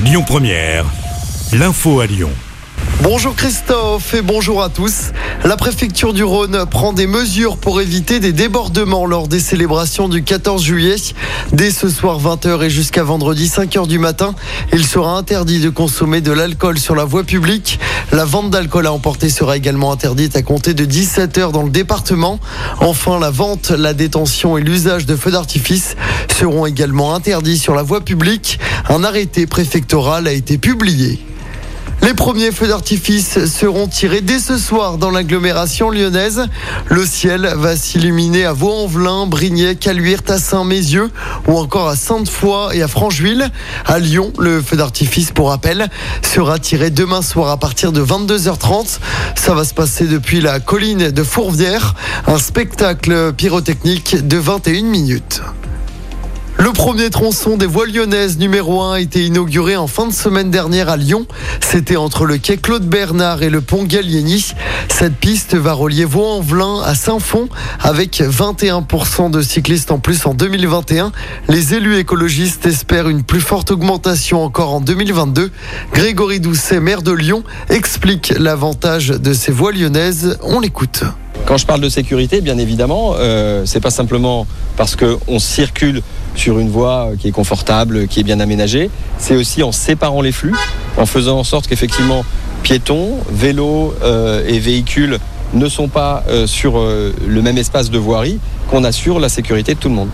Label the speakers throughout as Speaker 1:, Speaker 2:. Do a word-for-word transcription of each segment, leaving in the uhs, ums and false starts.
Speaker 1: Lyon Première, l'info à Lyon.
Speaker 2: Bonjour Christophe et bonjour à tous. La préfecture du Rhône prend des mesures pour éviter des débordements lors des célébrations du quatorze juillet. Dès ce soir vingt heures et jusqu'à vendredi cinq heures du matin, il sera interdit de consommer de l'alcool sur la voie publique. La vente d'alcool à emporter sera également interdite à compter de dix-sept heures dans le département. Enfin, la vente, la détention et l'usage de feux d'artifice seront également interdits sur la voie publique. Un arrêté préfectoral a été publié. Les premiers feux d'artifice seront tirés dès ce soir dans l'agglomération lyonnaise. Le ciel va s'illuminer à Vaux-en-Velin, Brignais, Caluire, Tassin, Mézieux ou encore à Sainte-Foy et à Francheville. À Lyon, le feu d'artifice, pour rappel, sera tiré demain soir à partir de vingt-deux heures trente. Ça va se passer depuis la colline de Fourvière, un spectacle pyrotechnique de vingt et une minutes. Le premier tronçon des voies lyonnaises numéro un a été inauguré en fin de semaine dernière à Lyon. C'était entre le quai Claude Bernard et le pont Gallieni. Cette piste va relier Vaux-en-Velin à Saint-Fond avec vingt et un pour cent de cyclistes en plus en deux mille vingt et un. Les élus écologistes espèrent une plus forte augmentation encore en deux mille vingt-deux. Grégory Doucet, maire de Lyon, explique l'avantage de ces voies lyonnaises. On l'écoute.
Speaker 3: Quand je parle de sécurité, bien évidemment, euh, c'est pas simplement parce qu'on circule sur une voie qui est confortable, qui est bien aménagée. C'est aussi en séparant les flux, en faisant en sorte qu'effectivement piétons, vélos euh, et véhicules ne sont pas euh, sur euh, le même espace de voirie, qu'on assure la sécurité de tout le monde.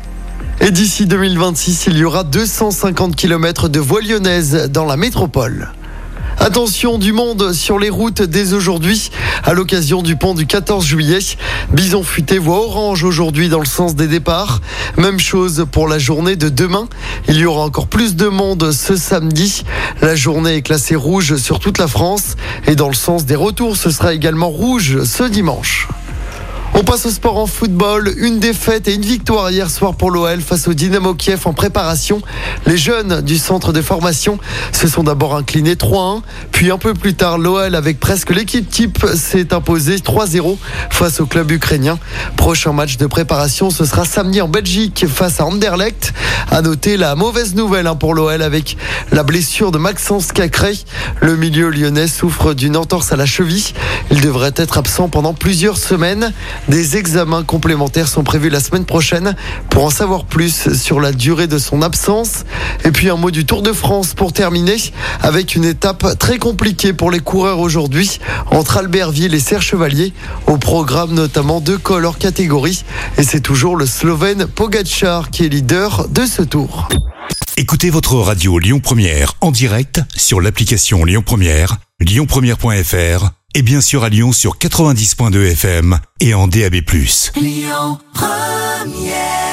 Speaker 2: Et d'ici deux mille vingt-six, il y aura deux cent cinquante kilomètres de voies lyonnaises dans la métropole. Attention, du monde sur les routes dès aujourd'hui à l'occasion du pont du quatorze juillet. Bison futé voie orange aujourd'hui dans le sens des départs. Même chose pour la journée de demain. Il y aura encore plus de monde ce samedi. La journée est classée rouge sur toute la France. Et dans le sens des retours, ce sera également rouge ce dimanche. On passe au sport en football. Une défaite et une victoire hier soir pour l'O L face au Dynamo Kiev en préparation. Les jeunes du centre de formation se sont d'abord inclinés trois à un. Puis un peu plus tard, l'O L avec presque l'équipe type s'est imposé trois zéro face au club ukrainien. Prochain match de préparation, ce sera samedi en Belgique face à Anderlecht. À noter la mauvaise nouvelle pour l'O L avec la blessure de Maxence Cacré. Le milieu lyonnais souffre d'une entorse à la cheville. Il devrait être absent pendant plusieurs semaines. Des examens complémentaires sont prévus la semaine prochaine pour en savoir plus sur la durée de son absence. Et puis un mot du Tour de France pour terminer avec une étape très compliquée pour les coureurs aujourd'hui entre Albertville et Serre-Chevalier. Au programme notamment deux cols hors catégorie. Et c'est toujours le Slovène Pogačar qui est leader de ce tour.
Speaker 1: Écoutez votre radio Lyon Première en direct sur l'application Lyon Première, lyon première point f r et bien sûr à Lyon sur quatre-vingt-dix virgule deux F M et en D A B plus.
Speaker 4: Lyon Première.